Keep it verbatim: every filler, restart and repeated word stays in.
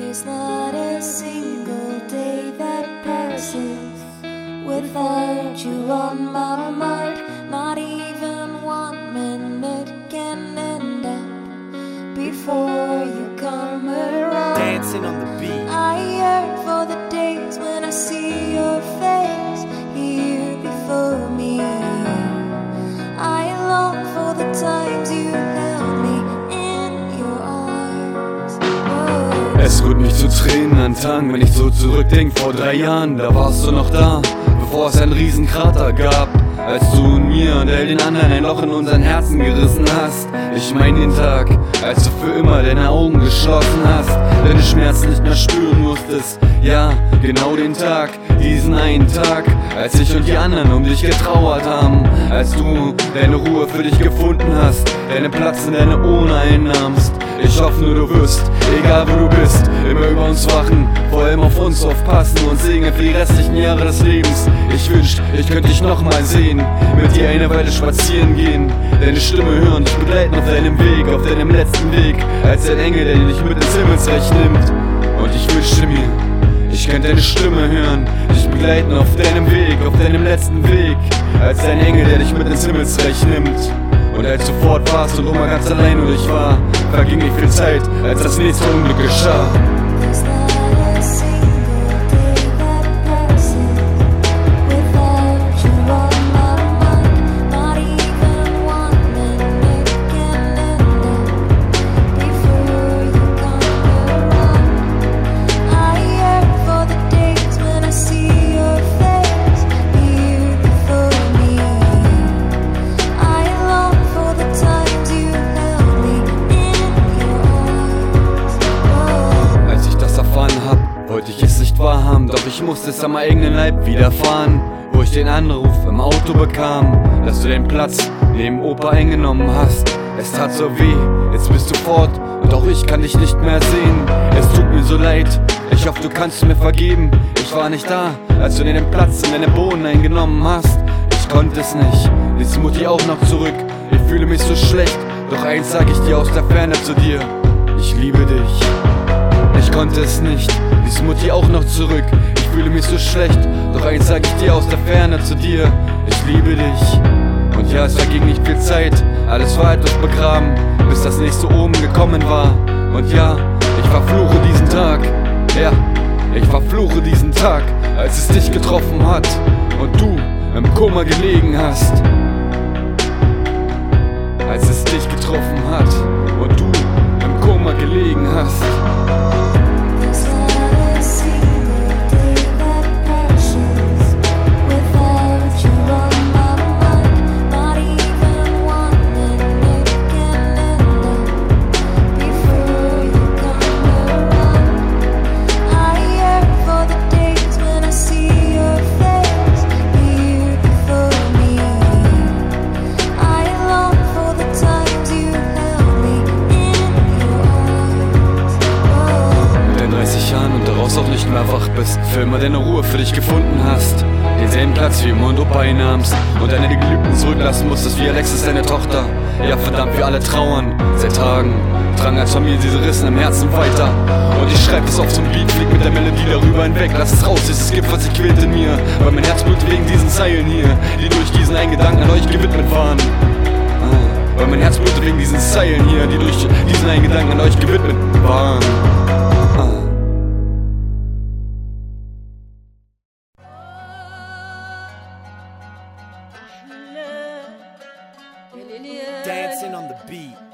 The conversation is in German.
There's not a single day that passes without you on my mind. Not even one minute can end up before you come around. Dancing on the beat. I yearn for the days when I see your face here before me. I long for the times you held me in your arms. Whoa. Es rührt mich zu Tränen an Tagen, wenn ich so zurückdenk. Vor drei Jahren, da warst du noch da, bevor es einen Riesenkrater gab. Als du und mir und all den anderen ein Loch in unseren Herzen gerissen hast. Ich mein den Tag, als du für immer deine Augen geschlossen hast, deine Schmerzen nicht mehr spüren musstest. Ja, genau den Tag, diesen einen Tag, als ich und die anderen um dich getrauert haben. Als du deine Ruhe für dich gefunden hast, deinen Platz in deine Urne einnahmst. Ich hoffe nur, du wirst, egal wo du bist, immer über uns wachen, vor allem auf uns aufpassen und segnen für die restlichen Jahre des Lebens. Ich wünschte, ich könnte dich nochmal sehen, mit dir eine Weile spazieren gehen, deine Stimme hören, dich begleiten auf deinem Weg, auf deinem letzten Weg, als ein Engel, der dich mit ins Himmelsreich nimmt. Und ich wünschte mir, ich könnte deine Stimme hören, dich begleiten auf deinem Weg, auf deinem letzten Weg, als ein Engel, der dich mit ins Himmelsreich nimmt. Und als du fort warst und Oma ganz allein und ich war, verging nicht viel Zeit, als das nächste Unglück geschah. There's not a single day that passes without you on my mind. Not even one minute can end up before you come around. I yearn for the days when I see your face here before me. I long for the times you held me in your arms. Oh. Als ich das erfahren hab, wollte ich es nicht wahrhaben, doch ich musste es am eigenen Leib widerfahren. Wo ich den Anruf im Auto bekam, dass du den Platz neben Opa eingenommen hast. Es tat so weh, jetzt bist du fort und auch ich kann dich nicht mehr sehen. Es tut mir so leid, ich hoffe du kannst mir vergeben. Ich war nicht da, als du den Platz in deine Bohnen eingenommen hast. Ich konnte es nicht, jetzt Mutti auch noch zurück. Ich fühle mich so schlecht, doch eins sag ich dir aus der Ferne zu dir: Ich liebe dich. Ich konnte es nicht, dies Mutti auch noch zurück. Ich fühle mich so schlecht, doch eins sag ich dir aus der Ferne zu dir: Ich liebe dich. Und ja, es verging nicht viel Zeit, alles war etwas begraben, bis das nächste oben gekommen war. Und ja, ich verfluche diesen Tag, ja, ich verfluche diesen Tag, als es dich getroffen hat und du im Koma gelegen hast. Als es dich getroffen hat und du im Koma gelegen hast. There's not a single day that passes without you on my mind. Not even one minute can end up before you come around. I yearn for the days when I see your face here before me. I long for the times you held me in your arms. Oh. Mit deinen dreißig Jahren und daraus auch nicht mehr wach bist, für immer deine Ruhe für dich gefunden hast, denselben Platz wie Oma und Opa einnahmst und deine Geliebten zurücklassen musstest wie Alexis, deine Tochter. Ja verdammt, wir alle trauern seit Tagen, tragen als Familie diese Rissen im Herzen weiter. Und ich schreib es auf zum Beat, flieg mit der Melodie darüber hinweg. Lass es raus, dieses Gift, was sich quält in mir, weil mein Herz blutet wegen diesen Zeilen hier, die durch diesen einen Gedanken an euch gewidmet waren. Ah, weil mein Herz blutet wegen diesen Zeilen hier, die durch diesen einen Gedanken an euch gewidmet waren. Ah. Dancing on the beat.